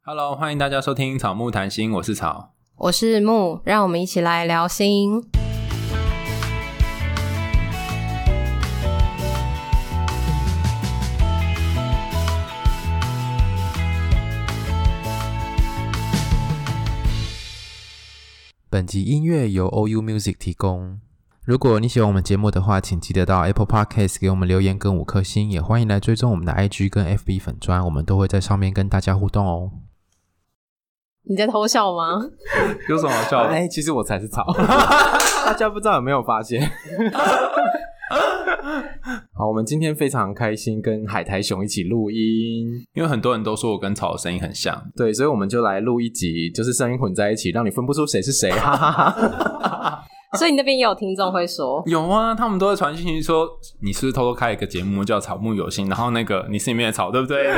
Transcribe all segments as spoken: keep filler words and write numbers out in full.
Hello， 欢迎大家收听草木谈心，我是草， 我是木，让我们一起来聊心。 本集音乐由 O U Music 提供。如果你喜欢我们节目的话，请记得到 Apple Podcast 给我们留言跟五颗星，也欢迎来追踪我们的 I G 跟 F B 粉专，我们都会在上面跟大家互动哦。 你在偷笑吗？ 有什么好笑的？ 哎，其实我才是草，大家不知道有没有发现？好，我们今天非常开心跟海苔熊一起录音， 因为很多人都说我跟草的声音很像， 对，所以我们就来录一集，就是声音混在一起，让你分不出谁是谁，哈哈哈。 所以你那边也有听众会说？ 有啊，他们都会传讯息说你是不是偷偷开一个节目叫草木有心，然后那个你是里面的草对不对？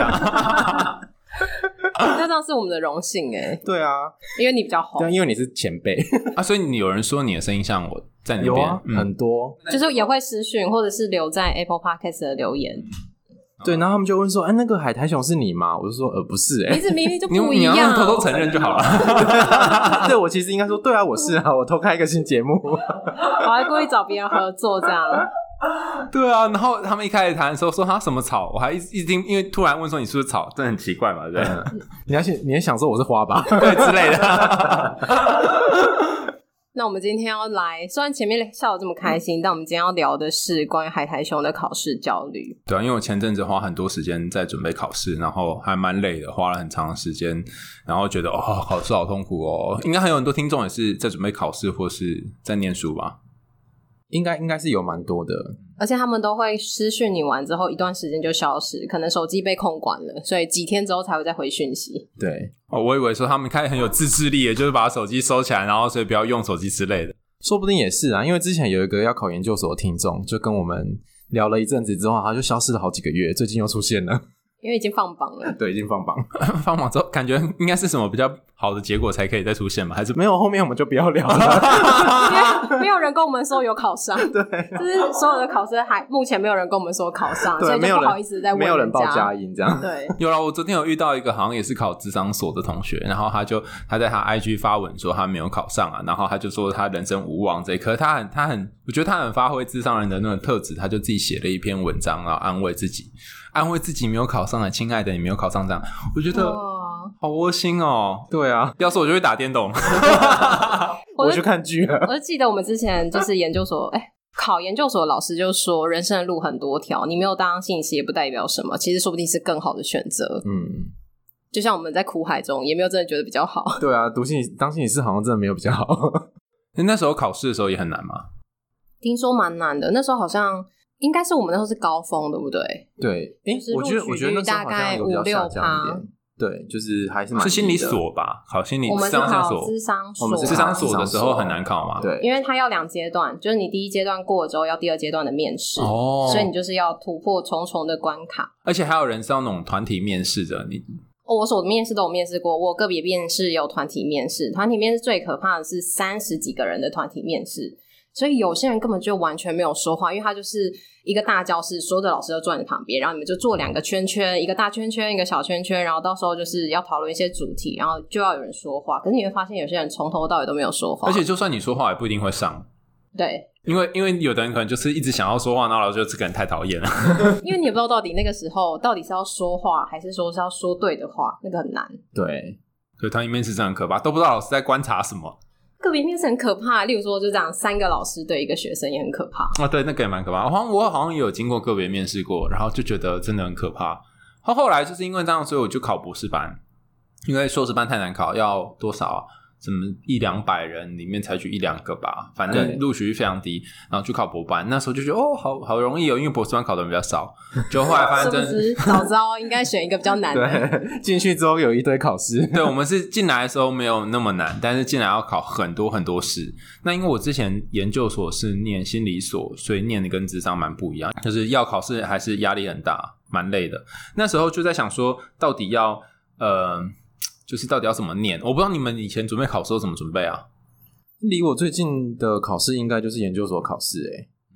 那这样是我们的荣幸耶。 对啊， 因为你比较红， 对，因为你是前辈啊，所以你有人说你的声音像我在那边， 有啊、嗯，很多， 就是也会私讯或者是留在 Apple Podcast 的留言。 对，然后他们就问说：“哎，那个海苔熊是你吗？”我就说：“呃，不是、欸，哎， 名字明明就不一样。 你”你要偷偷承认就好了。 对，我其实应该说：“对啊，我是啊，我偷开一个新节目。” 我还故意找别人合作这样。 对啊，然后他们一开始谈的时候说他什么草，我还一直一直听，因为突然问说你是不是草，真的很奇怪嘛，对不对？ 嗯、你要想，你也想说我是花吧， 对之类的。 那我们今天要来，虽然前面笑得这么开心，但我们今天要聊的是关于海苔熊的考试焦虑。 对啊，因为我前阵子花很多时间在准备考试，然后还蛮累的，花了很长的时间，然后觉得哦，考试好痛苦哦。应该还有很多听众也是在准备考试或是在念书吧？ 应该应该是有蛮多的， 而且他们都会私讯你完之后一段时间就消失，可能手机被控管了，所以几天之后才会再回讯息。 对， 哦，我以为说他们开始很有自制力，就是把手机收起来，然后所以不要用手机之类的。 说不定也是啊，因为之前有一个要考研究所的听众，就跟我们聊了一阵子之后，他就消失了好几个月，最近又出现了。 因为已经放榜了。 对，已经放榜。 放榜之后感觉应该是什么比较好的结果才可以再出现吗？还是没有？后面我们就不要聊了。 因为没有人跟我们说有考上。 对， 就是所有的考生还目前没有人跟我们说考上，所以就不好意思再问人家。 没有人报佳音这样。 对， 有啦，我昨天有遇到一个好像也是考諮商所的同学，然后他就他在他 I G 发文说他没有考上啊，然后他就说他人生无望这一刻，他很他很，我觉得他很发挥諮商人的那种特质，他就自己写了一篇文章，然后安慰自己。安慰自己没有考上的，亲爱的，你没有考上，这样我觉得好窝心哦。 对啊， 要是我就会打电动， 我就看剧了。 我就记得我们之前就是研究所，哎、欸，考研究所的老师就说，人生的路很多条，你没有当心理师也不代表什么，其实说不定是更好的选择。嗯，就像我们在苦海中，也没有真的觉得比较好。 对啊，读心理当心理师好像真的没有比较好。 那时候考试的时候也很难吗？ 听说蛮难的，那时候好像。应该是我们那时候是高峰，对不对？ 对，哎、欸，我觉得我觉得那时候好像有比较下降一点。对，就是还是蛮是心理所吧？考心理我们是考諮商所， 我们是諮商所的时候很难考嘛？ 对， 因为它要两阶段，就是你第一阶段过了之后，要第二阶段的面试哦，所以你就是要突破重重的关卡。 而且还有人是要那种团体面试的，你哦，我所的面试都有面试过，我个别面试也有团体面试，团体面试最可怕的是三十几个人的团体面试。所以有些人根本就完全没有说话，因为他就是一个大教室，所有的老师都坐在你旁边，然后你们就做两个圈圈，一个大圈圈，一个小圈圈，然后到时候就是要讨论一些主题，然后就要有人说话。可是你会发现有些人从头到尾都没有说话， 而且就算你说话也不一定会上。 对， 因为因为有的人可能就是一直想要说话，然后老师就这个人太讨厌了。 因为你也不知道到底那个时候到底是要说话还是说是要说对的话，那个很难。 对， 所以团体面试真的很可怕，都不知道老师在观察什么。 个别面试很可怕，例如说就这样三个老师对一个学生也很可怕啊，对，那个也蛮可怕。好像我好像也有经过个别面试过，然后就觉得真的很可怕。后后来就是因为这样，所以我就考博士班，因为硕士班太难考，要多少啊？什么一两百人里面采取一两个吧，反正录取率非常低，然后去考博班。那时候就觉得哦，好好容易哦，因为博士班考的人比较少，就后来发现真的是不是早知道应该选一个比较难的。 对，进去之后有一堆考试。 对，我们是进来的时候没有那么难，但是进来要考很多很多试。那因为我之前研究所是念心理所，所以念的跟諮商蛮不一样，就是要考试还是压力很大，蛮累的。那时候就在想说，到底要呃。就是到底要怎么念，我不知道你们以前准备考试怎么准备啊？ 离我最近的考试应该就是研究所考试欸。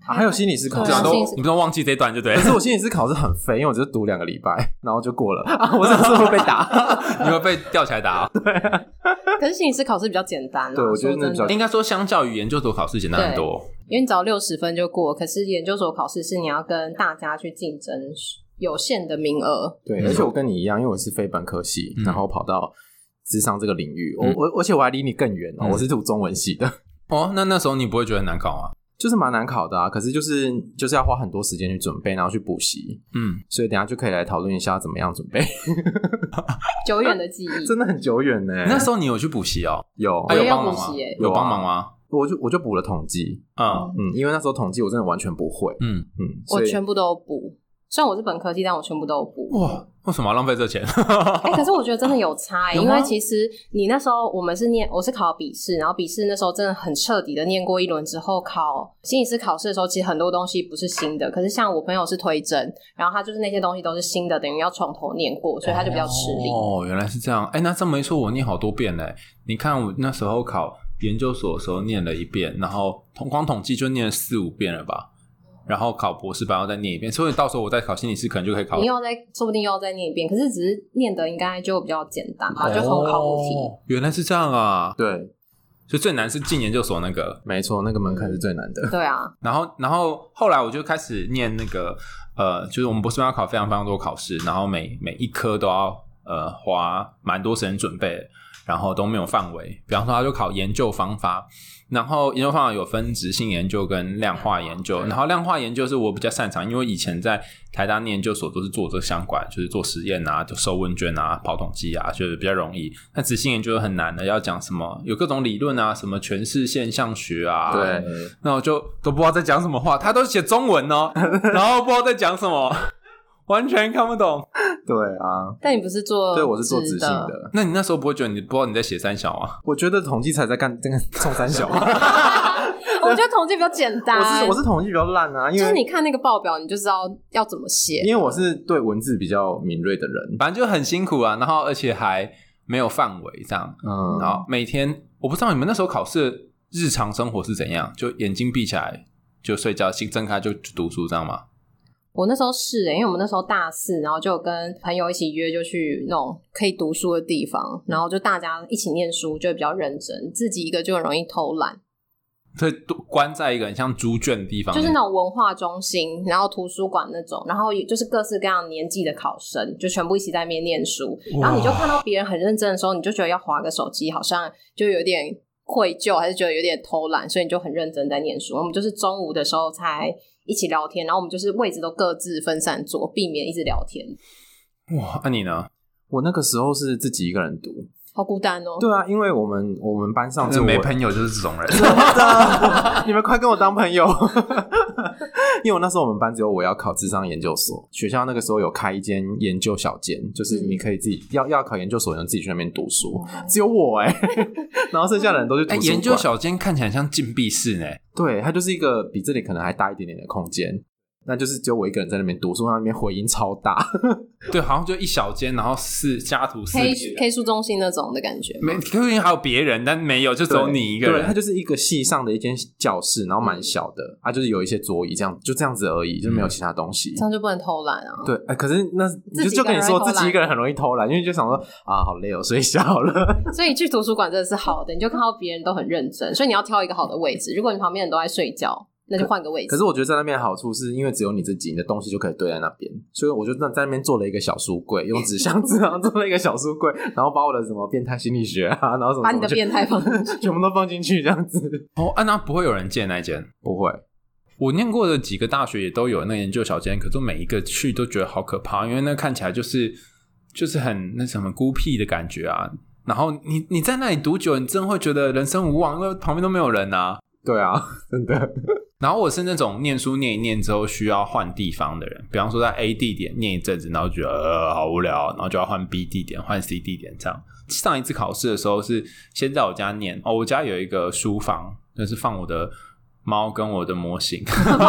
啊、还有心理师考试， 啊、 都你不能忘记这一段就对了。 可是我心理师考试很废，因为我只是读两个礼拜，然后就过了啊！我真的是会被打， 你会被吊起来打、哦？ 对、啊。 可是心理师考试比较简单、啊， 对，我觉得那比较应该说，相较于研究所考试简单很多， 因为你只要六十分就过。可是研究所考试是你要跟大家去竞争有限的名额。 对，而且我跟你一样，因为我是非本科系，嗯、然后跑到諮商这个领域， 嗯、 我我而且我还离你更远哦、嗯，我是读中文系的。 哦，那那时候你不会觉得很难考吗？ 就是蛮难考的啊，可是就是就是要花很多时间去准备，然后去补习，嗯，所以等一下就可以来讨论一下怎么样准备。 久远的记忆， 真的很久远呢。 那时候你有去补习哦？ 有， 啊、有帮忙吗？有帮忙吗？ 我就我就补了统计，嗯嗯，因为那时候统计我真的完全不会，嗯嗯，我全部都补。虽然我是本科系，但我全部都有补。 哇，为什么要浪费这钱？ 哎、欸，可是我觉得真的有差、欸，因为其实你那时候我们是念，我是考笔试，然后笔试那时候真的很彻底的念过一轮之后，考心理师考试的时候，其实很多东西不是新的。可是像我朋友是推甄，然后他就是那些东西都是新的，等于要从头念过，所以他就比较吃力。 哦，原来是这样。哎、欸，那这么一说，我念好多遍嘞。你看我那时候考研究所的时候念了一遍，然后光统计就念了四五遍了吧。然后考博士班要再念一遍，所以到时候我再考心理师可能就可以考。 你又再说不定又要再念一遍，可是只是念的应该就比较简单吧，哦、就很考五题。 原来是这样啊！ 对， 所以最难是进研究所那个， 没错，那个门槛是最难的。 对啊， 然后然后后来我就开始念那个呃，就是我们博士班要考非常非常多考试，然后每每一科都要呃花蛮多时间准备，然后都没有范围。比方说，他就考研究方法。然后研究方法有分质性研究跟量化研究，然后量化研究是我比较擅长，因为以前在台大念研究所都是做这相关，就是做实验啊，就收问卷啊，跑统计啊，就是比较容易。那质性研究很难的，要讲什么有各种理论啊，什么诠释现象学啊， 对， 那我就都不知道在讲什么话，他都写中文哦，然后不知道在讲什么。完全看不懂。 对啊， 但你不是做对，我是做质性的。 那你那时候不会觉得你不知道你在写三小啊？ 我觉得统计才在干这个冲三小。 我觉得统计比较简单。 我是我是统计比较烂啊，因为就是你看那个报表，你就知道要怎么写。 因为我是对文字比较敏锐的人， 反正就很辛苦啊，然后而且还没有范围这样。嗯，然后每天我不知道你们那时候考试日常生活是怎样，就眼睛闭起来就睡觉，心睁开就读书这样吗？ 我那时候是、欸、因为我们那时候大四，然后就跟朋友一起约，就去那种可以读书的地方，然后就大家一起念书，就会比较认真，自己一个就很容易偷懒。 所以关在一个很像猪圈的地方， 就是那种文化中心，然后图书馆那种，然后就是各式各样年纪的考生，就全部一起在那边念书，然后你就看到别人很认真的时候，你就觉得要滑个手机好像就有点愧疚，还是觉得有点偷懒，所以你就很认真在念书。我们就是中午的时候才一起聊天，然后我们就是位置都各自分散坐，避免一直聊天。 哇，那、啊、你呢？ 我那个时候是自己一个人读， 好孤单哦。 对啊，因为我们我们班上就没朋友就是这种人。 真的，你们快跟我当朋友。因为我那时候我们班只有我要考諮商研究所，学校那个时候有开一间研究小间，就是你可以自己、嗯、要要考研究所，你自己去那边读书。哦、只有我哎、欸，然后剩下的人都去图书馆。 欸、研究小间看起来像禁闭室呢。 对，它就是一个比这里可能还大一点点的空间。那就是只有我一个人在那边读书，那边回音超大。 对，好像就一小间，然后四家徒四 K K 书中心那种的感觉。 没 K 书中心还有别人，但没有，就只有你一个人。 对，它就是一个系上的一间教室，然后蛮小的、嗯、啊，就是有一些桌椅，这样就这样子而已，就没有其他东西。 这样就不能偷懒啊？ 对，哎、欸，可是那就就跟你说，自己一个人很容易偷懒，因为就想说啊，好累哦，睡一下好了。 所以去图书馆真的是好的，你就看到别人都很认真，所以你要挑一个好的位置。如果你旁边人都在睡觉，那就换个位置。 可是我觉得在那边的好处是因为只有你自己，你的东西就可以堆在那边，所以我就在那边做了一个小书柜，用纸箱子然后做了一个小书柜，然后把我的什么变态心理学啊，然后什么把你的变态放进去， 全部都放进去这样子。 哦，啊，那不会有人借那间？ 不会。 我念过的几个大学也都有那研究小间，可是每一个去都觉得好可怕，因为那看起来就是就是很那什么孤僻的感觉啊。然后你你在那里读久，你真的会觉得人生无望，因为旁边都没有人啊。 对啊，真的。 然后我是那种念书念一念之后需要换地方的人，比方说在 A 地点念一阵子，然后觉得呃好无聊，然后就要换 B 地点，换 C 地点这样。上一次考试的时候是先在我家念，哦，我家有一个书房，就是放我的猫跟我的模型。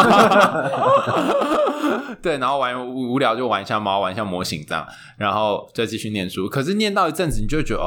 对，然后玩无无聊就玩一下猫，玩一下模型这样，然后再继续念书。可是念到一阵子，你就会觉得哦，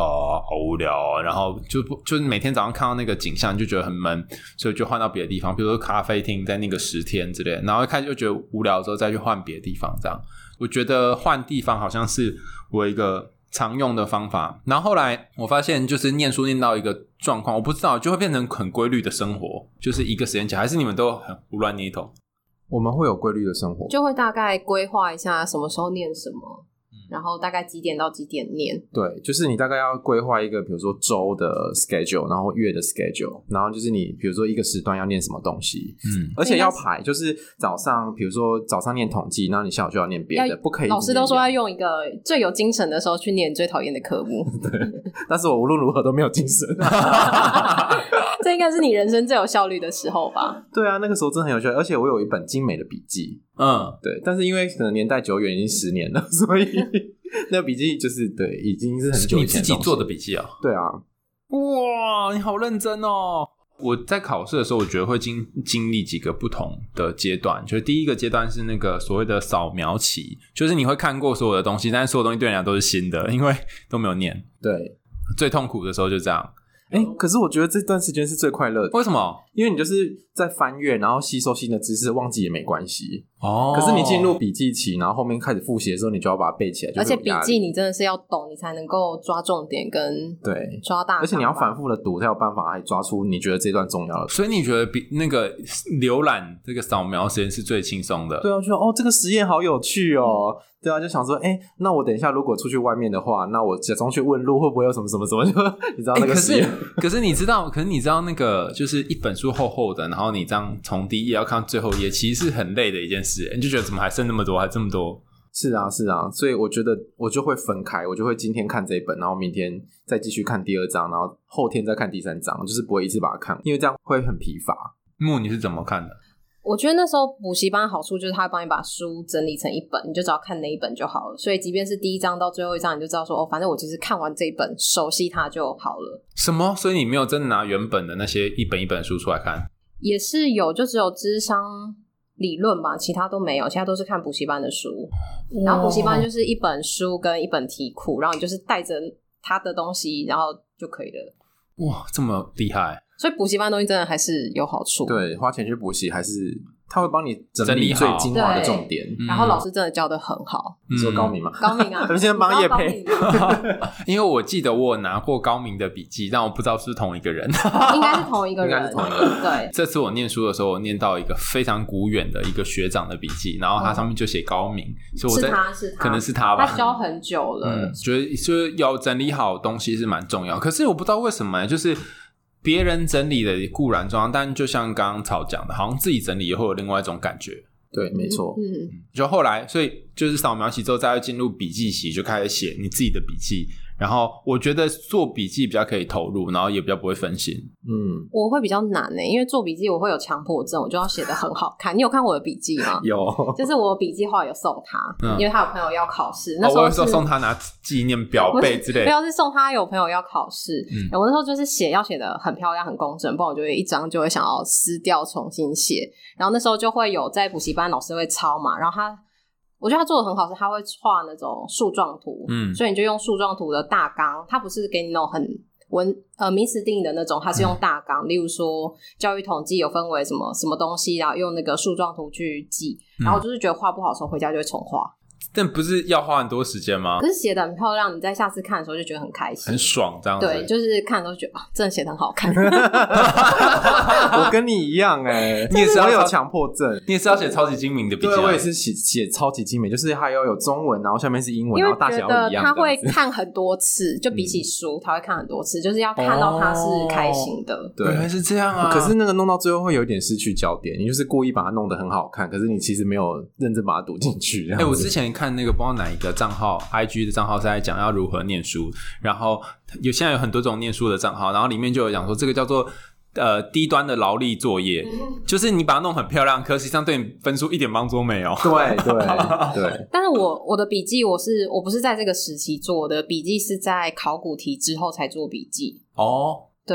好无聊哦，然后就就是每天早上看到那个景象就觉得很闷，所以就换到别的地方，比如说咖啡厅在那个十天之类的，然后一开始就觉得无聊之后再去换别的地方这样。我觉得换地方好像是我一个常用的方法，然后后来我发现就是念书念到一个状况，我不知道就会变成很规律的生活，就是一个时间起来，还是你们都很胡乱念一通？ 我们会有规律的生活， 就会大概规划一下什么时候念什么，然后大概几点到几点念。 对，就是你大概要规划一个比如说周的 schedule， 然后月的 schedule， 然后就是你比如说一个时段要念什么东西，嗯，而且要排，就是早上比如说早上念统计，然后你下午就要念别的，不可以。 老师都说要用一个最有精神的时候去念最讨厌的科目。 对，但是我无论如何都没有精神。 这应该是你人生最有效率的时候吧？ 对啊，那个时候真的很有效，而且我有一本精美的笔记。嗯，对，但是因为可能年代久远，已经十年了，所以那个笔记就是对，已经是很久以前的东西。 你自己做的笔记啊？ 对啊。 哇，你好认真哦！我在考试的时候，我觉得会经经历几个不同的阶段。就是第一个阶段是那个所谓的扫描期，就是你会看过所有的东西，但是所有东西对你来讲都是新的，因为都没有念。 对， 最痛苦的时候就这样。 欸，可是我觉得这段时间是最快乐的。 为什么？ 因为你就是在翻阅，然后吸收新的知识，忘记也没关系。 哦。 可是你进入笔记期，然后后面开始复习的时候，你就要把它背起来。 而且笔记你真的是要懂，你才能够抓重点跟对抓大。 而且你要反复的读，才有办法还抓出你觉得这段重要的。 所以你觉得比那个浏览这个扫描时间是最轻松的？ 对啊，就哦这个实验好有趣哦。嗯，对啊，就想说，哎、欸，那我等一下如果出去外面的话，那我假装去问路，会不会有什么什么什么？就你知道那个实验、欸， 可是可是你知道，可是你知道那个就是一本书厚厚的，然后你这样从第一页要看到最后一页，其实是很累的一件事。你就觉得怎么还剩那么多，还这么多？ 是啊，是啊，所以我觉得我就会分开，我就会今天看这一本，然后明天再继续看第二章，然后后天再看第三章，就是不会一次把它看，因为这样会很疲乏。 木，你是怎么看的？ 我觉得那时候补习班的好处就是他会帮你把书整理成一本，你就只要看那一本就好了。所以即便是第一章到最后一章，你就知道说哦，反正我就是看完这一本，熟悉它就好了。 什么？所以你没有真的拿原本的那些一本一本的书出来看？ 也是有，就只有諮商理论吧，其他都没有，其他都是看补习班的书。然后补习班就是一本书跟一本题库，然后你就是带着他的东西，然后就可以了。 哇，这么厉害！ 所以补习班的东西真的还是有好处。 对，花钱去补习还是他会帮你整理最精华的重点， 然后老师真的教得很好。 你说高明吗？ 高明啊， 他们现在帮业配。 因为我记得我有拿过高明的笔记，但我不知道是不是同一个人。 应该是同一个人， 应该是同一个人。 对， 这次我念书的时候，我念到一个非常古远的一个学长的笔记，然后他上面就写高明，所以我在是他是他， 可能是他吧， 他教很久了。 嗯，觉得就是要整理好东西是蛮重要，可是我不知道为什么，就是别人整理的固然重要，但就像刚刚曹讲的，好像自己整理也会有另外一种感觉。 对，没错。 嗯， 就后来，所以就是扫描期之后，再进入笔记期，就开始写你自己的笔记。然后我觉得做笔记比较可以投入，然后也比较不会分心。 嗯， 我会比较难欸，因为做笔记我会有强迫症，我就要写得很好看。你有看我的笔记吗？ 有， 就是我笔记后来有送他，嗯、因为他有朋友要考试，那时候、哦、我有是、 时候送他拿纪念表背之类的， 没有是送他有朋友要考试。嗯，我那时候就是写要写得很漂亮、很工整，不然我就会一张就会想要撕掉重新写。然后那时候就会有在补习班老师会抄嘛，然后他。我觉得他做的很好，是他会画那种树状图，嗯，所以你就用树状图的大纲，他不是给你那种很文呃名词定义的那种，他是用大纲，嗯、例如说教育统计有分为什么什么东西，然后用那个树状图去记，然后就是觉得画不好的时候回家就会重画。 但不是要花很多时间吗？ 可是写得很漂亮，你在下次看的时候就觉得很开心， 很爽这样子。 对，就是看的时候觉得、啊、真的写得很好看。 我跟你一样哎、欸， 你也是要有强迫症， 你也是要写超级精明的笔记、啊。 对，我也是写写超级精美，就是还要有中文，然后下面是英文，然后大小要一样。 他会看很多次，就比起书，嗯、他会看很多次，就是要看到他是开心的。 哦、对，原来是这样啊。 可是那个弄到最后会有点失去焦点，你就是故意把它弄得很好看，可是你其实没有认真把它读进去。哎、 欸，我之前看那个不知道哪一个账号 I G 的账号是在讲要如何念书，然后有现在有很多种念书的账号，然后里面就有讲说这个叫做呃低端的劳力作业，嗯、就是你把它弄很漂亮，可实际上对你分数一点帮助都没有。 对对对。 但是我我的笔记我是我不是在这个时期做的，笔记是在考古题之后才做笔记。 哦， 对。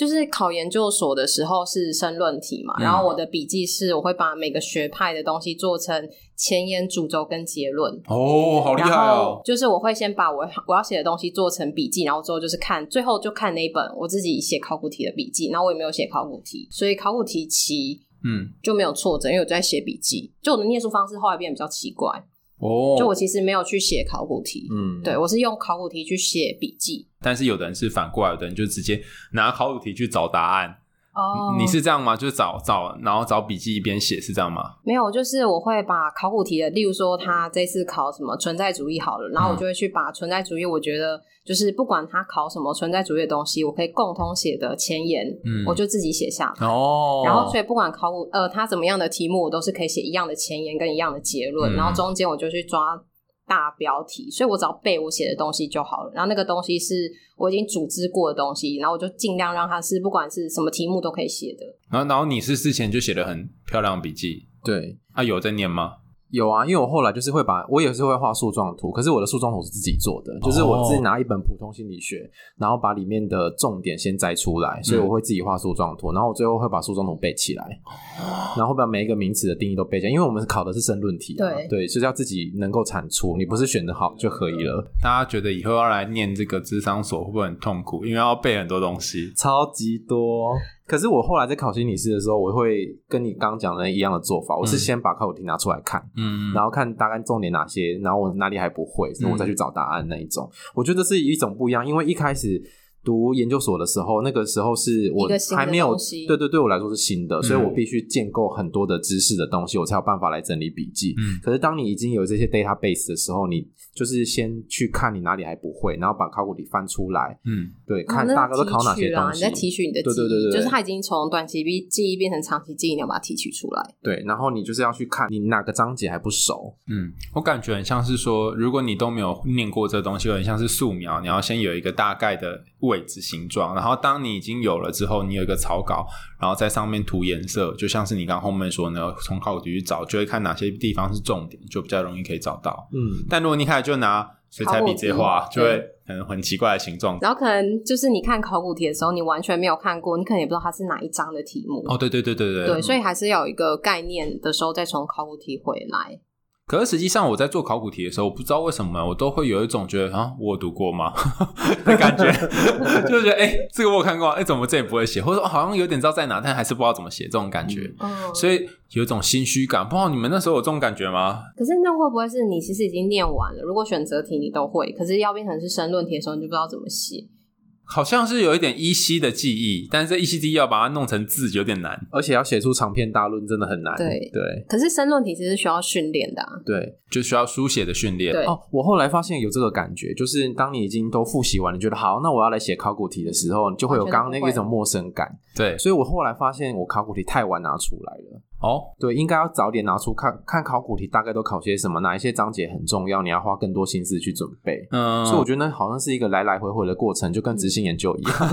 就是考研究所的时候是申论题嘛，嗯、然后我的笔记是我会把每个学派的东西做成前言、主轴跟结论。 哦，好厉害哦！ 然后就是我会先把我我要写的东西做成笔记，然后之后就是看，最后就看那一本我自己写考古题的笔记，然后我也没有写考古题，所以考古题期嗯就没有挫折，因为我在写笔记。就我的念书方式后来变得比较奇怪。哦，就我其实没有去写考古题，嗯，对，我是用考古题去写笔记。 但是有的人是反过来，有的人就直接拿考古题去找答案。哦，你是这样吗？就是找找，然后找笔记一边写，是这样吗？ 没有，就是我会把考古题的，例如说他这次考什么存在主义好了，然后我就会去把存在主义，我觉得就是不管他考什么存在主义的东西，我可以共同写的前言，嗯，我就自己写下来。哦，然后所以不管考古呃他怎么样的题目，我都是可以写一样的前言跟一样的结论，嗯，然后中间我就去抓大标题，所以我只要背我写的东西就好了。然后那个东西是我已经组织过的东西，然后我就尽量让它是不管是什么题目都可以写的。 然后，然后你是之前就写得很漂亮的笔记， 对啊，有在念吗？ 有啊，因为我后来就是会把我也是会画树状图，可是我的树状图是自己做的，就是我自己拿一本普通心理学，然后把里面的重点先摘出来，所以我会自己画树状图，然后我最后会把树状图背起来，然后会把每一个名词的定义都背起来，因为我们考的是申论题， 对对，就是要自己能够产出，你不是选得好就可以了。 大家觉得以后要来念这个諮商所会不会很痛苦？因为要背很多东西， 超级多。可是我后来在考心理师的时候，我会跟你刚刚讲的一样的做法，我是先把考古题拿出来看，嗯，然后看大概重点哪些，然后我哪里还不会，所以我再去找答案那一种。我觉得是一种不一样，因为一开始读研究所的时候，那个时候是我还没有，对对，对我来说是新的，所以我必须建构很多的知识的东西，我才有办法来整理笔记。嗯，可是当你已经有这些 database 的时候，你就是先去看你哪里还不会，然后把考古题翻出来，嗯，对，看大概都考哪些东西， 你在提取你的记忆， 对对对对， 就是它已经从短期记忆变成长期记忆，你要把它提取出来。 对，然后你就是要去看你哪个章节还不熟。 嗯，我感觉很像是说，如果你都没有念过这东西，有点像是素描，你要先有一个大概的位置形状，然后当你已经有了之后，你有一个草稿，然后在上面涂颜色，就像是你刚刚后面说呢，从考古题去找，就会看哪些地方是重点，就比较容易可以找到。嗯，但如果你一开始就拿水彩笔直接画，就会可能很奇怪的形状， 然后可能就是你看考古题的时候，你完全没有看过，你可能也不知道它是哪一章的题目。 哦，对对对对对， 对，所以还是要有一个概念的时候，再从考古题回来。 可是实际上我在做考古题的时候，我不知道为什么我都会有一种觉得啊，我有读过吗的感觉就是觉得哎、欸，这个我有看过，哎、欸，怎么这也不会写，或者说好像有点知道在哪，但还是不知道怎么写，这种感觉、嗯、所以有一种心虚感。不知道你们那时候有这种感觉吗？ 可是那会不会是你其实已经念完了，如果选择题你都会，可是要变成是申论题的时候你就不知道怎么写？ 好像是有一点依稀的记忆，但是这依稀记忆要把它弄成字有点难， 而且要写出长篇大论真的很难。 对对， 可是申论题其实是需要训练的、啊、 对， 就需要书写的训练。 对哦，我后来发现有这个感觉，就是当你已经都复习完，你觉得好，那我要来写考古题的时候，你就会有刚刚那个一种陌生感。 对， 所以我后来发现我考古题太晚拿出来了。哦，对，应该要早点拿出看看考古题大概都考些什么，哪一些章节很重要，你要花更多心思去准备。嗯，所以我觉得那好像是一个来来回回的过程，就跟质性研究一样。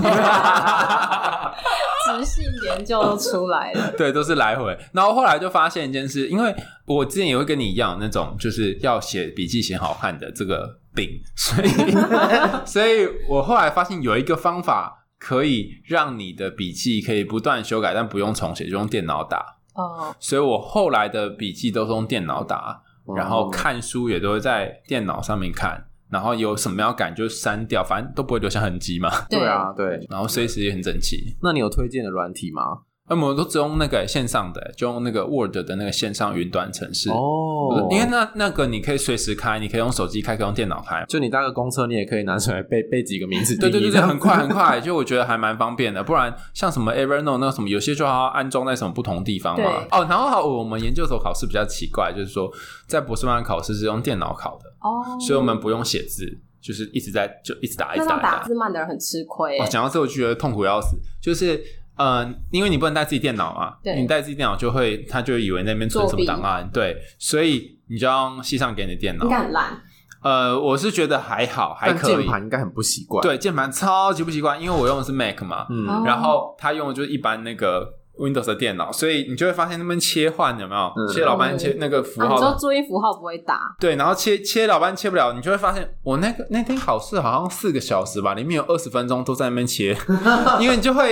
质性研究都出来了， 对，都是来回。然后后来就发现一件事，因为我之前也会跟你一样那种，就是要写笔记写好看的这个病，所以所以我后来发现有一个方法可以让你的笔记可以不断修改，但不用重写，就用电脑打。哦，所以我后来的笔记都是用电脑打，然后看书也都会在电脑上面看，然后有什么要改就删掉，反正都不会留下痕迹嘛。 对啊，对， 然后随时也很整齐。 那你有推荐的软体吗？ 我们都只用那个线上的，就用那个 Word 的那个线上云端程式哦，因为那那个你可以随时开，你可以用手机开，可以用电脑开。 就你搭个公车，你也可以拿出来背背几个名字。 对对对对，很快很快，就我觉得还蛮方便的。不然像什么 Evernote 那个什么，有些就要安装在什么不同地方嘛。哦，然后好，我们研究所考试比较奇怪，就是说在博士班考试是用电脑考的哦，所以我们不用写字。就是一直在就一直打一直打， 那打字慢的人很吃亏、欸。 哦，讲到这我就觉得痛苦要死，就是呃，因为你不能带自己电脑嘛，你带自己电脑就会他就会以为那边存什么档案，对，所以你就要用系上给你的电脑， 应该很烂。 呃，我是觉得还好，还可以。 键盘应该很不习惯， 对，键盘超级不习惯，因为我用的是 Mac 嘛，嗯，然后他用的就是一般那个。Windows 的电脑，所以你就会发现那边切换有没有、嗯、切老半切那个符号、啊、 你说注音符号不会打， 对，然后切切老半切不了，你就会发现我那个那天考试好像四个小时吧，里面有二十分钟都在那边切因为你就会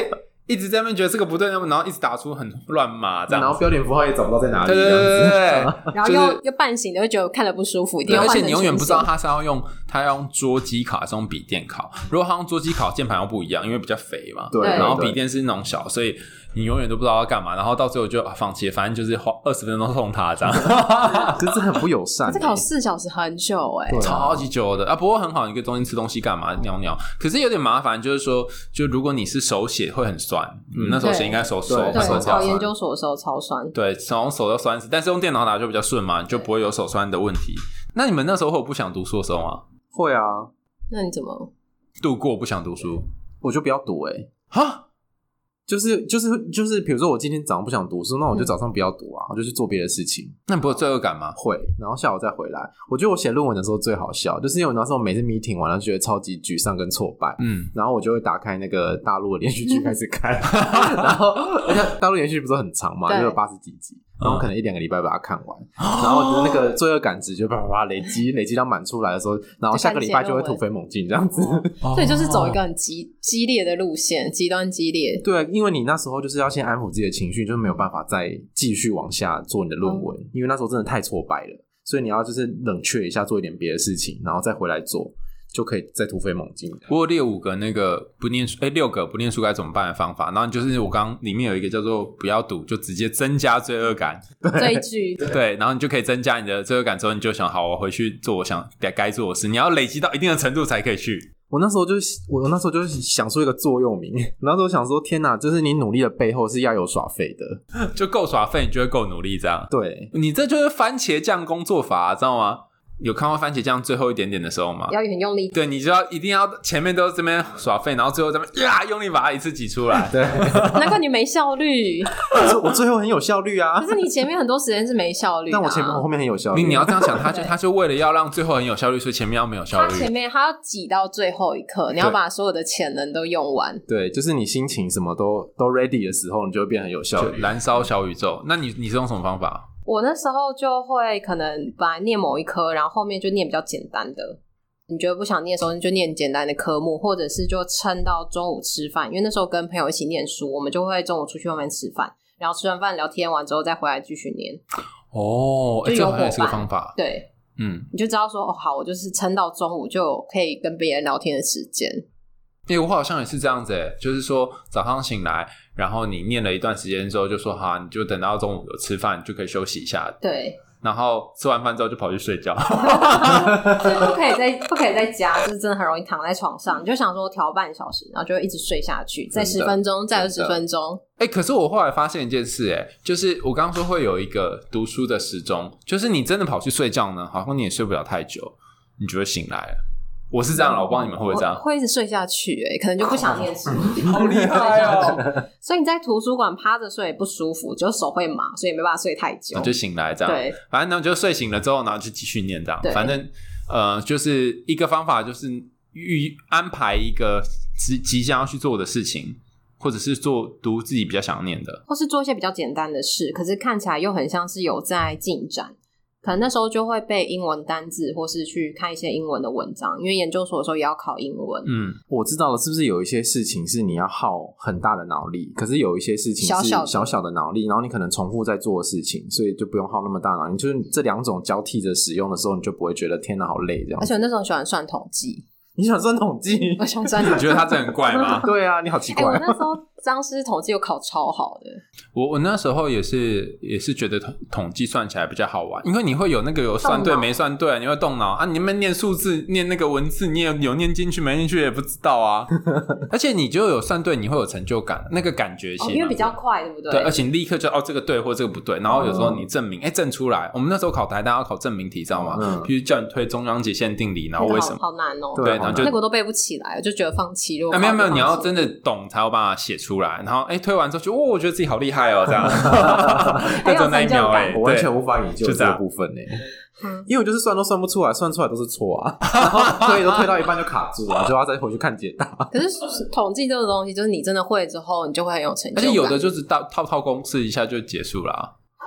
一直在那边觉得这个不对，然后一直打出很乱码这样， 然后标点符号也找不到在哪里， 对对对对对， 然后又、就是、又半醒的，会觉得看了不舒服，一定要换成而且你永远不知道他是要用他要用桌机考还是用笔电考。如果他用桌机考，键盘又不一样，因为比较肥嘛， 对， 然后笔电是那种小，所以你永远都不知道要干嘛，然后到最后就、啊、放弃了，反正就是花二十分钟送他这样， 可是很不友善、欸。 这考四小时很久哎、欸， 超级久的啊！不过很好，你可以中间吃东西干嘛尿尿。可是有点麻烦，就是说，就如果你是手写会很酸，嗯，那时候写应该手手对，考研究所的时候超酸， 对，从手都酸死。但是用电脑打就比较顺嘛，你就不会有手酸的问题。那你们那时候会有不想读书的时候吗？ 会啊。 那你怎么度过不想读书？ 我就不要读哎、欸， 哈。 就是就是就是，比如说我今天早上不想读书，那我就早上不要读啊，嗯、我就去做别的事情。 那你不会有罪恶感吗？ 会，然后下午再回来。我觉得我写论文的时候最好笑，就是因为我那时候每次 meeting 完了，觉得超级沮丧跟挫败。嗯，然后我就会打开那个大陆的连续剧开始看，然后而且大陆连续剧不是很长嘛，就有八十几集。然后可能一两个礼拜把它看完，嗯、然后那个罪恶感值就啪啪啪累积累积到满出来的时候，然后下个礼拜就会突飞猛进这样子。 所以就是走一个很激激烈的路线，极端激烈。 对，因为你那时候就是要先安抚自己的情绪，就是没有办法再继续往下做你的论文，嗯、因为那时候真的太挫败了，所以你要就是冷却一下，做一点别的事情，然后再回来做。就可以再突飞猛进。 我有列五个那个不念书，哎，六个不念书该怎么办的方法。然后就是我刚刚里面有一个叫做不要赌，就直接增加罪恶感。 追剧对，然后你就可以增加你的罪恶感之后，你就想好，我回去做我想该做的事。你要累积到一定的程度才可以去。 我那时候就我那时候就想出一个座右铭，那时候想说天哪，就是你努力的背后是要有耍废的， 就够耍废，你就会够努力这样。 对， 你这就是番茄酱工作法、啊，知道吗？有看过番茄酱最后一点点的时候吗？ 要很用力， 对，你就要一定要前面都这边耍废，然后最后这边呀用力把它一次挤出来。 对， 难怪你没效率。 我最后很有效率啊， 可是你前面很多时间是没效率的、啊， 但我前面我后面很有效率。 你你要这样想，他就他就为了要让最后很有效率，所以前面要没有效率。 他前面他要挤到最后一刻，你要把所有的潜能都用完。 对，就是你心情什么都都 ready 的时候，你就会变很有效率， 燃烧小宇宙。那你你是用什么方法？ 我那时候就会可能本来念某一科，然后后面就念比较简单的，你觉得不想念的时候你就念简单的科目，或者是就撑到中午吃饭，因为那时候跟朋友一起念书，我们就会中午出去外面吃饭，然后吃完饭聊天完之后再回来继续念。 哦， 就有伙伴、欸、 这也是个方法。 对，嗯，你就知道说哦，好，我就是撑到中午就可以跟别人聊天的时间。 欸，我好像也是这样子欸，就是说早上醒来，然后你念了一段时间之后就说好，你就等到中午有吃饭就可以休息一下。 对， 然后吃完饭之后就跑去睡觉。 不可以在不可以在家，就是真的很容易躺在床上，你就想说调半小时，然后就会一直睡下去，再十分钟，再二十分钟。 欸，可是我后来发现一件事，欸，就是我刚刚说会有一个读书的时钟，就是你真的跑去睡觉呢，好像你也睡不了太久，你就会醒来了。我是这样了，我不知道你们会不会这样， 会一直睡下去，欸，可能就不想念书。 好厉害哦！ 所以你在图书馆趴着睡也不舒服，就手会麻，所以没办法睡太久， 就醒来这样。对，反正呢就睡醒了之后，然后就继续念这样。反正呃，就是一个方法，就是预安排一个即即将要去做的事情，或者是做读自己比较想念的， 或是做一些比较简单的事，可是看起来又很像是有在进展。可能那时候就会背英文单字，或是去看一些英文的文章，因为研究所的时候也要考英文。 嗯，我知道了，是不是有一些事情是你要耗很大的脑力，可是有一些事情是小小的脑力，然后你可能重复在做的事情，所以就不用耗那么大脑力。就是这两种交替着使用的时候，你就不会觉得天哪好累这样。 而且我那时候喜欢算统计。 你喜欢算统计？ 我喜欢算统计。 你觉得他真的很怪吗？ 对啊，你好奇怪。 欸，我那时候张师统计有考超好的。 我我那时候也是也是觉得统统计算起来比较好玩，因为你会有那个有算对没算对，你会动脑啊，你们念数字念那个文字，你也有念进去没进去也不知道啊。而且你就有算对，你会有成就感，那个感觉性， 哦，因为比较快，对不对？ 对，而且你立刻就哦这个对或这个不对，然后有时候你证明，哎，证出来。我们那时候考台大要考证明题，知道吗？嗯，比如叫你推中央解线定理，然后为什么？ 好, 好难哦。 对，然后就那个我都背不起来，我就觉得放弃。 啊，没有没有，你要真的懂才有办法写出来。然后哎，推完之后就哦，我觉得自己好厉害哦，这样。 很有成就感， 我完全无法研究这个部分呢，因为我就是算都算不出来，算出来都是错啊，然后推都推到一半就卡住了，就要再回去看解答。 可是统计这个东西，就是你真的会之后，你就会很有成就感。 而且有的就是套套套公式一下就结束了啊。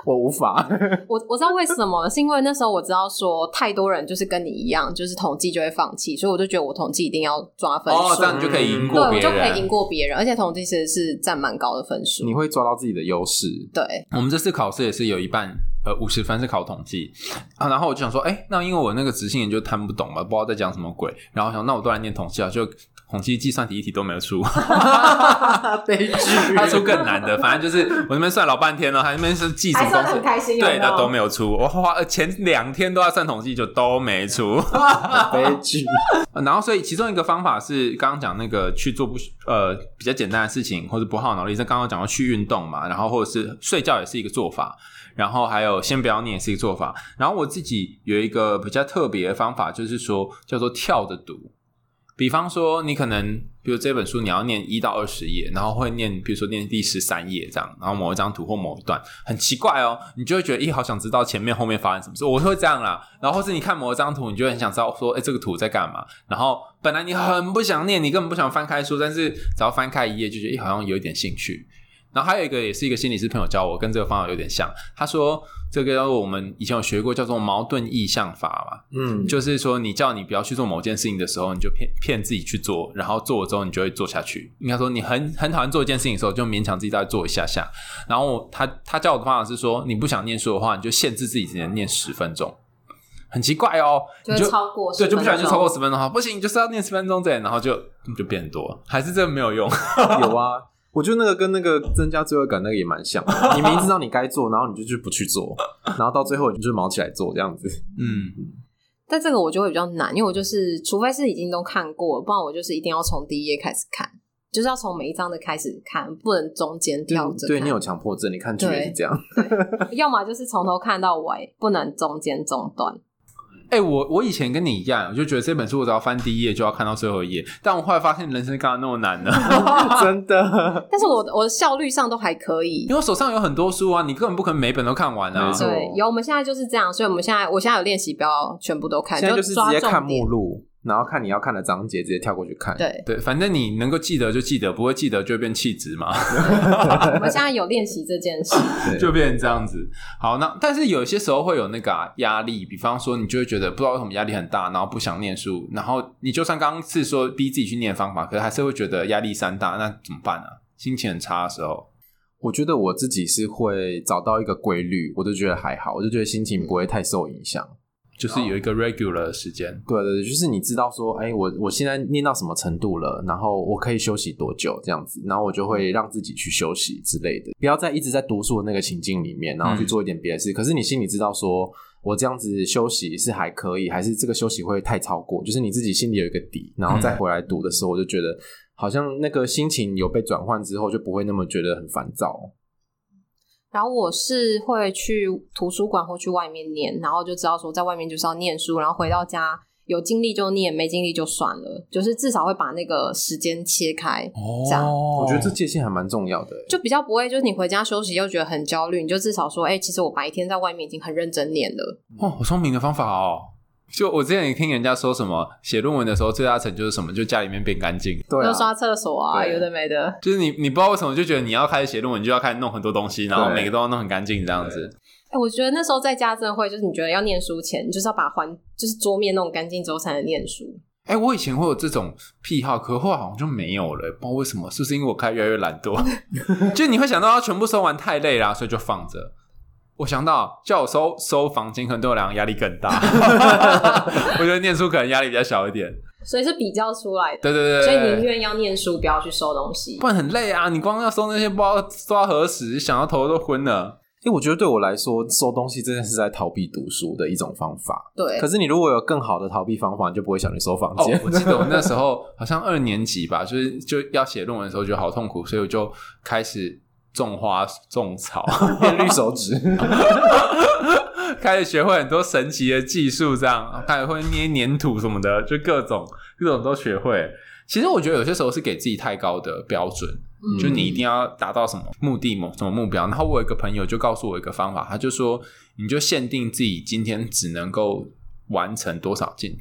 我无法。 我我知道为什么，是因为那时候我知道说太多人就是跟你一样，就是统计就会放弃，所以我就觉得我统计一定要抓分数， 哦，这样你就可以赢过别人， 对，我就可以赢过别人，而且统计其实是占蛮高的分数， 你会抓到自己的优势。 对， 我们这次考试也是有一半。呃，五十分是考统计啊，然后我就想说，哎、欸，那因为我那个质性研究看不懂嘛，不知道在讲什么鬼，然后想那我都来念统计啊，就统计计算题一题都没有出， 悲剧， 他出更难的，反正就是我那边算老半天了，他那边是计什么东西， 很开心， 对的都没有出，我花前两天都要算统计，就都没出， 悲剧。 然后所以其中一个方法是刚刚讲那个去做不呃比较简单的事情，或者不耗脑力，是刚刚讲到去运动嘛，然后或者是睡觉也是一个做法。然后还有先不要念也是一个做法，然后我自己有一个比较特别的方法，就是说叫做跳着读。比方说你可能比如这本书你要念一到二十页，然后会念比如说念第十三页这样，然后某一张图或某一段很奇怪哦，你就会觉得咦好想知道前面后面发生什么事，我会这样啦。然后或是你看某一张图，你就会很想知道说诶这个图在干嘛，然后本来你很不想念，你根本不想翻开书，但是只要翻开一页就觉得咦好像有一点兴趣。然后还有一个也是一个心理师朋友教我，跟这个方法有点像。他说这个叫做我们以前有学过叫做矛盾意象法嘛，嗯，就是说你叫你不要去做某件事情的时候，你就骗骗自己去做，然后做了之后你就会做下去。应该说你很很讨厌做一件事情的时候，就勉强自己再做一下下。然后他他教我的方法是说，你不想念书的话，你就限制自己只能念十分钟。很奇怪哦， 就会超过对，就不小心就超过十分钟，好不行，就是要念十分钟这，然后就就变多，还是这个没有用。 有啊。我觉得那个跟那个增加罪恶感那个也蛮像的，你明知道你该做，然后你就去不去做，然后到最后你就毛起来做这样子。嗯， 但这个我就会比较难，因为我就是除非是已经都看过了，不然我就是一定要从第一页开始看，就是要从每一章的开始看，不能中间跳着看。 对，你有强迫症，你看剧也是这样。 要么就是从头看到尾，不能中间中断。 哎、欸，我我以前跟你一样，我就觉得这本书我只要翻第一页就要看到最后一页，但我后来发现人生干嘛那么难呢？ 真的。 但是我我的效率上都还可以， 因为我手上有很多书啊，你根本不可能每本都看完啊。 对，有我们现在就是这样，所以我们现在我现在有练习，不要全部都看， 现在就是直接看目录。然后看你要看的章节，直接跳过去看。 对对，反正你能够记得就记得，不会记得就会变气质嘛。 我们现在有练习这件事， 就变成这样子。好，那但是有些时候会有那个啊压力，比方说你就会觉得不知道为什么压力很大，然后不想念书，然后你就算刚刚是说逼自己去念方法，可是还是会觉得压力山大，那怎么办啊？心情很差的时候。 我觉得我自己是会找到一个规律，我就觉得还好，我就觉得心情不会太受影响。 就是有一个 regular 的时间， 对对对，就是你知道说，哎，我我现在念到什么程度了，然后我可以休息多久这样子，然后我就会让自己去休息之类的，不要再一直在读书的那个情境里面，然后去做一点别的事。嗯、可是你心里知道说，我这样子休息是还可以，还是这个休息会太超过？就是你自己心里有一个底，然后再回来读的时候，我就觉得好像那个心情有被转换之后，就不会那么觉得很烦躁。 然后我是会去图书馆或去外面念，然后就知道说在外面就是要念书，然后回到家有精力就念，没精力就算了，就是至少会把那个时间切开。哦，这样我觉得这界限还蛮重要的， 就比较不会就是你回家休息又觉得很焦虑，你就至少说，哎、欸，其实我白天在外面已经很认真念了。 哦，好聪明的方法哦。就我之前也听人家说什么写论文的时候最大成就是什么，就家里面变干净， 对、啊， 就刷厕所啊，有的没的， 就是你你不知道为什么就觉得你要开始写论文，你就要开始弄很多东西，然后每个都要弄很干净这样子。 哎、欸，我觉得那时候在家真的会，就是你觉得要念书前，你就是要把环就是桌面弄干净之后才能念书。 哎、欸，我以前会有这种癖好，可后来好像就没有了，不知道为什么，是不是因为我开始越来越懒惰？就你会想到要全部收完太累啦，所以就放着。我想到叫我收收房间，可能对我两个压力更大。我觉得念书可能压力比较小一点， 所以是比较出来的。 对对对， 所以宁愿要念书，不要去收东西， 不然很累啊！你光要收那些，不知道收到何时，想到头都昏了。 因为我觉得对我来说，收东西真的是在逃避读书的一种方法。 对， 可是你如果有更好的逃避方法，你就不会想去收房间。 哦，我记得我那时候好像二年级吧，就是就要写论文的时候，觉得好痛苦，所以我就开始种花种草， 变绿手指， 开始学会很多神奇的技术，这样开始会捏黏土什么的，就各种各种都学会。其实我觉得有些时候是给自己太高的标准，嗯、就你一定要达到什么目的、什么目标。然后我有一个朋友就告诉我一个方法，他就说，你就限定自己今天只能够完成多少进度，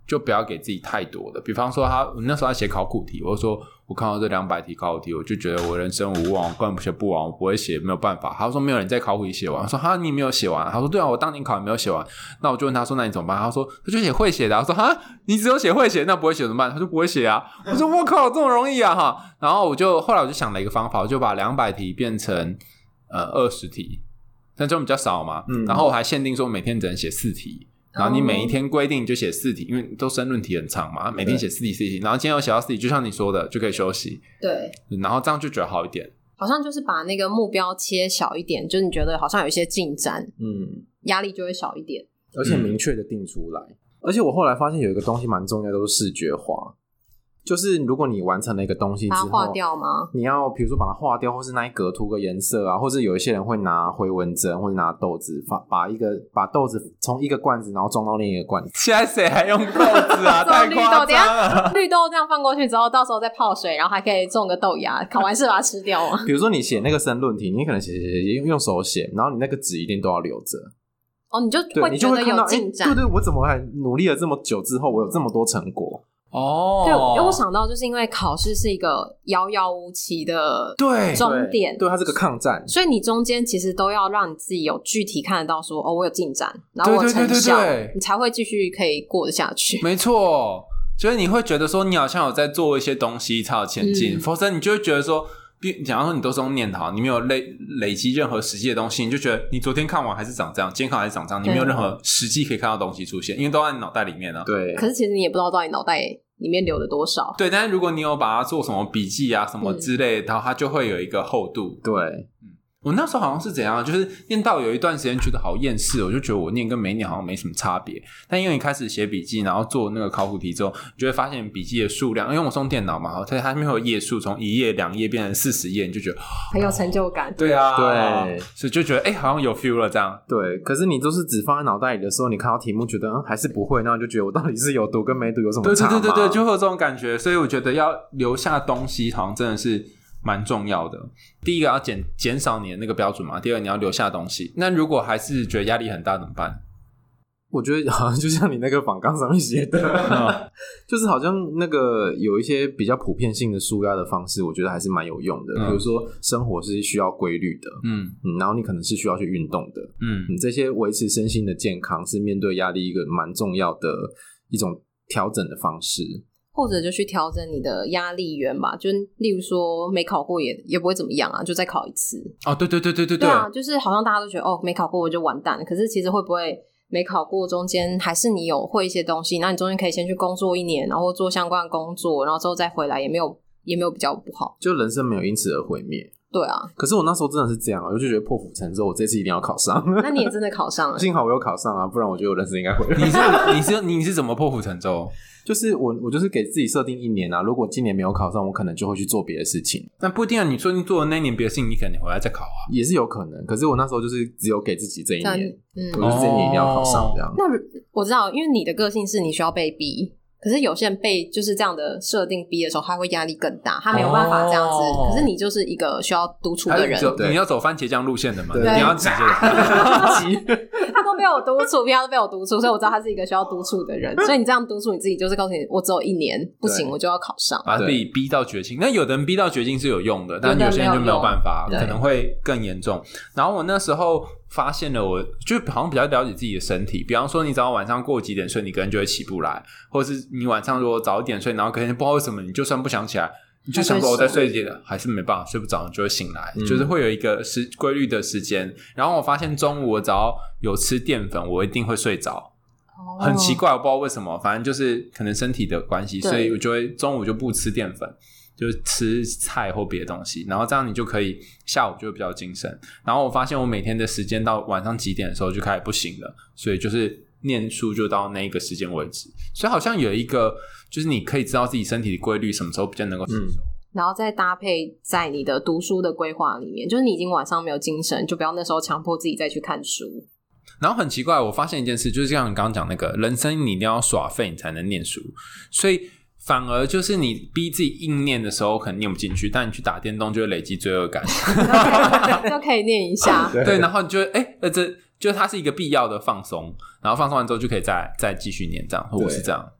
就不要给自己太多的。比方说他我那时候要写考古题，我就说我看到这两百题考古题，我就觉得我人生无望，根本写不完，我不会写，没有办法。他说没有人在考古题写完，我说哈你没有写完，他说对啊，我当年考也没有写完。那我就问他说那你怎么办？他说他就写会写的。他说哈你只有写会写，那不会写怎么办？他就不会写啊。我说我靠这么容易啊哈。然后我就后来我就想了一个方法，我就把两百题变成呃二十题，但这种比较少嘛。嗯、然后我还限定说每天只能写四题。然后你每一天规定就写四题，因为都申论题很长嘛，每天写四题四题，然后今天有写到四题，就像你说的就可以休息。 对， 然后这样就觉得好一点。 好像就是把那个目标切小一点，就是你觉得好像有一些进展，嗯，压力就会小一点， 而且明确的定出来。嗯、而且我后来发现有一个东西蛮重要，都是视觉化。就是如果你完成了一个东西之后， 把它画掉吗？ 你要比如说把它画掉，或是那一格涂个颜色啊，或者有一些人会拿回纹针，或者拿豆子，把一个把豆子从一个罐子然后装到另一个罐子。 现在谁还用豆子啊？太夸张了！ 绿豆这样放过去之后，到时候再泡水，然后还可以种个豆芽，考完试把它吃掉吗？ 比如说你写那个申论题，你可能写写写用手写，然后你那个纸一定都要留着。 哦，你就会觉得有进展。 对对，我怎么还努力了这么久之后，我有这么多成果？ 哦， 对，因为我想到就是因为考试是一个遥遥无期的终点， 对，对，它是个抗战， 所以你中间其实都要让你自己有具体看得到说，哦，我有进展，然后我有成效， 对对对对对， 你才会继续可以过得下去。 没错，所以你会觉得说，你好像有在做一些东西才有前进，嗯、否则你就会觉得说。假如说你都是用念头，你没有累累积任何实际的东西，你就觉得你昨天看完还是长这样，今天看完还是长这样，你没有任何实际可以看到东西出现，因为都在你脑袋里面啊。 对。 可是其实你也不知道到你脑袋里面留了多少。 对，但是如果你有把它做什么笔记啊什么之类的，然后它就会有一个厚度。 对。 嗯，我那时候好像是怎样，就是念到有一段时间觉得好厌世，我就觉得我念跟没念好像没什么差别。但因为你开始写笔记，然后做那个考古题之后，你就会发现笔记的数量，因为我是用电脑嘛，所以它上面会有页数，从一页、两页变成四十页，你就觉得很有成就感。 对啊， 对， 所以就觉得哎、欸，好像有 feel 了这样。 对，可是你都是只放在脑袋里的时候，你看到题目觉得嗯还是不会，那你就觉得我到底是有读跟没读有什么差吗？ 对对对对对，就会有这种感觉。所以我觉得要留下东西，好像真的是。蛮重要的。第一个要减减少你的那个标准嘛，第二个你要留下东西。那如果还是觉得压力很大怎么办？ 我觉得好像就像你那个访纲上面写的、嗯、就是好像那个有一些比较普遍性的抒压的方式，我觉得还是蛮有用的、嗯、比如说生活是需要规律的，嗯嗯，然后你可能是需要去运动的，嗯，你这些维持身心的健康是面对压力一个蛮重要的一种调整的方式。 或者就去调整你的压力源吧，就例如说没考过也也不会怎么样啊，就再考一次。 哦，对对对对对对啊，就是好像大家都觉得哦没考过我就完蛋了，可是其实会不会没考过中间还是你有会一些东西，那你中间可以先去工作一年，然后做相关的工作，然后之后再回来也没有也没有比较不好， 就人生没有因此而毁灭。 对啊， 可是我那时候真的是这样，我就觉得破釜沉舟，我这次一定要考上。 那你也真的考上了？ 幸好我有考上啊，不然我觉得我人生应该毁灭。 你是你是你是怎么破釜沉舟？ 就是我我就是给自己设定一年啊，如果今年没有考上，我可能就会去做别的事情。 但不一定啊，你说你做的那一年别的事情，你可能回来再考啊， 也是有可能。可是我那时候就是只有给自己这一年，嗯，我就是这一年一定要考上这样。 那我知道，因为你的个性是你需要被逼。可是有些人被就是这样的设定逼的时候，他会压力更大，他没有办法这样子。哦、可是你就是一个需要督促的人， 你要走番茄酱路线的嘛？你要直接他都被我督促，他都被我督促，所以我知道他是一个需要督促的人。所以你这样督促你自己，就是告诉你，我只有一年，不行，我就要考上， 把自己逼到绝境。那有的人逼到绝境是有用的，但有些人就没有办法，可能会更严重。然后我那时候发现了，我就好像比较了解自己的身体。比方说，你只要晚上过几点睡，你可能就会起不来，或者是你晚上如果早一点睡，然后可能不知道为什么，你就算不想起来，你就想说我再睡一点，还是没办法睡不着，你就会醒来，嗯、就是会有一个时规律的时间。然后我发现中午我只要有吃淀粉，我一定会睡着。哦、很奇怪，我不知道为什么，反正就是可能身体的关系，所以我就会中午就不吃淀粉。就是吃菜或别的东西，然后这样你就可以下午就会比较精神。然后我发现我每天的时间到晚上几点的时候就开始不行了，所以就是念书就到那一个时间为止。所以好像有一个就是你可以知道自己身体的规律，什么时候比较能够吸收、嗯、 然后再搭配在你的读书的规划里面，就是你已经晚上没有精神，就不要那时候强迫自己再去看书。 然后很奇怪，我发现一件事，就是像你刚刚讲那个人生你一定要耍废你才能念书，所以反而就是你逼自己硬念的时候可能念不进去，但你去打电动就会累积罪恶感就可以念一下对，然后你就会哎、欸，这就它是一个必要的放松，然后放松完之后就可以再再继续念这样，我是这样。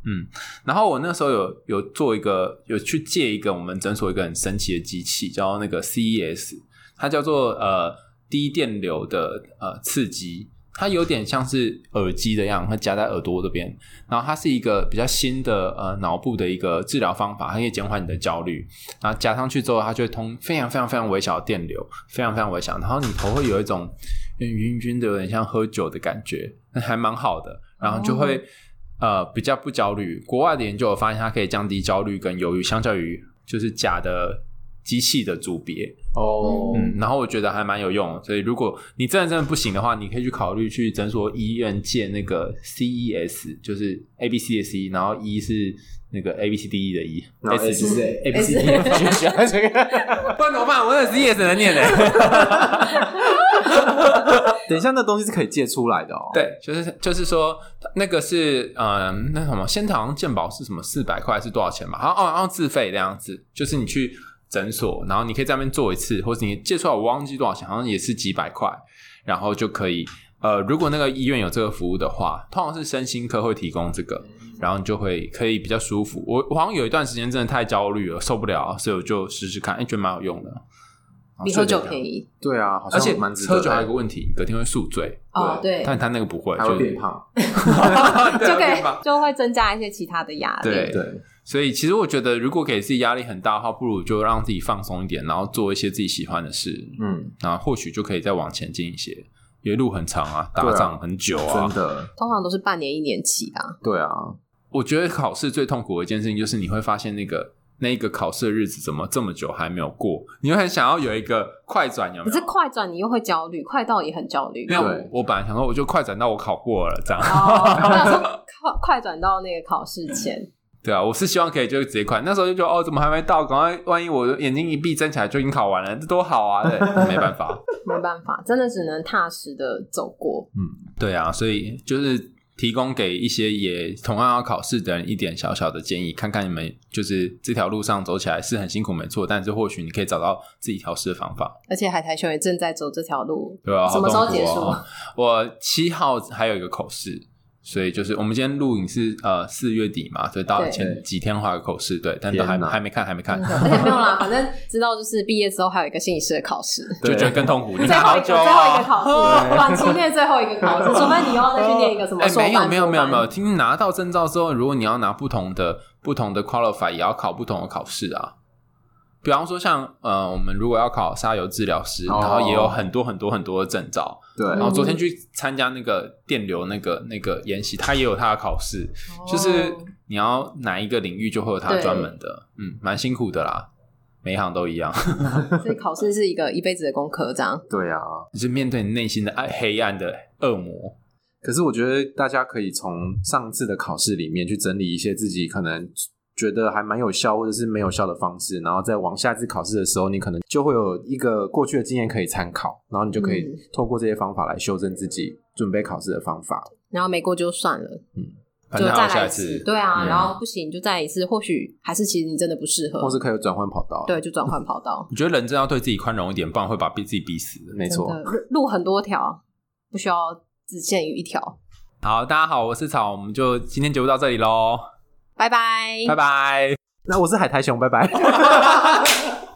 嗯，然后我那时候有有做一个有去借一个我们诊所一个很神奇的机器，叫那个 C E S， 它叫做呃低电流的呃刺激，它有点像是耳机的样，它夹在耳朵这边，然后它是一个比较新的呃脑部的一个治疗方法，它可以减缓你的焦虑，然后夹上去之后，它就会通非常非常非常微小的电流，非常非常微小，然后你头会有一种晕晕的，有点像喝酒的感觉，还蛮好的，然后就会。Oh. 呃，比较不焦虑。国外的研究有发现，它可以降低焦虑跟忧郁，相较于就是假的机器的组别哦。 嗯，然后我觉得还蛮有用的，所以如果你真的真的不行的话，你可以去考虑去诊所医院借那个 C E S， 就是 A B C 的 C， 然后 E 是那个 A B C D E 的 E，S 是 A B C D E， 不然怎么办？我的 C E S 能念的。 等一下，那东西是可以借出来的哦。 对，就是就是说，那个是嗯，那什么，现在好像健保是什么四百块是多少钱嘛？好像哦，然后自费这样子，就是你去诊所，然后你可以在那边做一次，或者你借出来，我忘记多少钱，好像也是几百块，然后就可以。呃，如果那个医院有这个服务的话，通常是身心科会提供这个，然后你就会可以比较舒服。我我好像有一段时间真的太焦虑了，受不了，所以我就试试看，哎，觉得蛮有用的。 比喝酒便宜， 对啊，好像蛮值得的。 而且喝酒还有一个问题，隔天会宿醉。 哦，对， 但他那个不会， 还会变胖， 就可以就会增加一些其他的压力。 对对，所以其实我觉得，如果给自己压力很大的话，不如就让自己放松一点，然后做一些自己喜欢的事。嗯，然后或许就可以再往前进一些。因为路很长啊，打仗很久啊， 真的， 通常都是半年一年起的。 对啊， 我觉得考试最痛苦的一件事情就是你会发现那个。那一个考试的日子怎么这么久还没有过？你会很想要有一个快转，有没有？ 可是快转你又会焦虑，快到也很焦虑。 没有，我本来想说我就快转到我考过了这样。 哦，我想说快快转到那个考试前。 对啊，我是希望可以就直接快。那时候就觉得哦，怎么还没到？赶快，万一我眼睛一闭睁起来就已经考完了，这多好啊！对，没办法， 没办法，真的只能踏实的走过。 嗯，对啊，所以就是。提供给一些也同样要考试的人一点小小的建议，看看你们就是这条路上走起来是很辛苦没错，但是或许你可以找到自己调试的方法。 而且海苔熊也正在走这条路， 对啊， 什么时候结束？ 我七号还有一个口试，所以就是我们今天录影是呃四月底嘛，所以到前几天还有口试，对，但都还还没看，还没看。 而且没有啦，反正知道就是毕业之后还有一个心理师的考试， 就觉得更痛苦。你最后一个最后一个考试，短期内最后一个考试，除非你要再去念一个什么硕班。 没有没有没有没有，听拿到证照之后，如果你要拿不同的不同的 qualify， 也要考不同的考试啊。比方说像呃，我们如果要考沙游治疗师，然后也有很多很多很多的证照。对，然后昨天去参加那个电流那个那个研习，他也有他的考试，哦、就是你要哪一个领域就会有他专门的，嗯，蛮辛苦的啦，每一行都一样。 所以考试是一个一辈子的功课，这样。 对啊， 就是面对你内心的黑暗的恶魔。 可是我觉得大家可以从上次的考试里面去整理一些自己可能觉得还蛮有效或者是没有效的方式，然后在往下次考试的时候，你可能就会有一个过去的经验可以参考，然后你就可以透过这些方法来修正自己准备考试的方法。 然后没过就算了， 嗯， 就再来一次。 对啊、 嗯， 然后不行就再一次，或许还是其实你真的不适合， 或是可以转换跑道。 对，就转换跑道。 我觉得人真要对自己宽容一点，不然会把自己逼死的。 没错， 路很多条，不需要只限于一条。 好，大家好，我是草，我们就今天节目到这里咯， 拜拜， 拜拜。 那我是海苔熊，拜拜。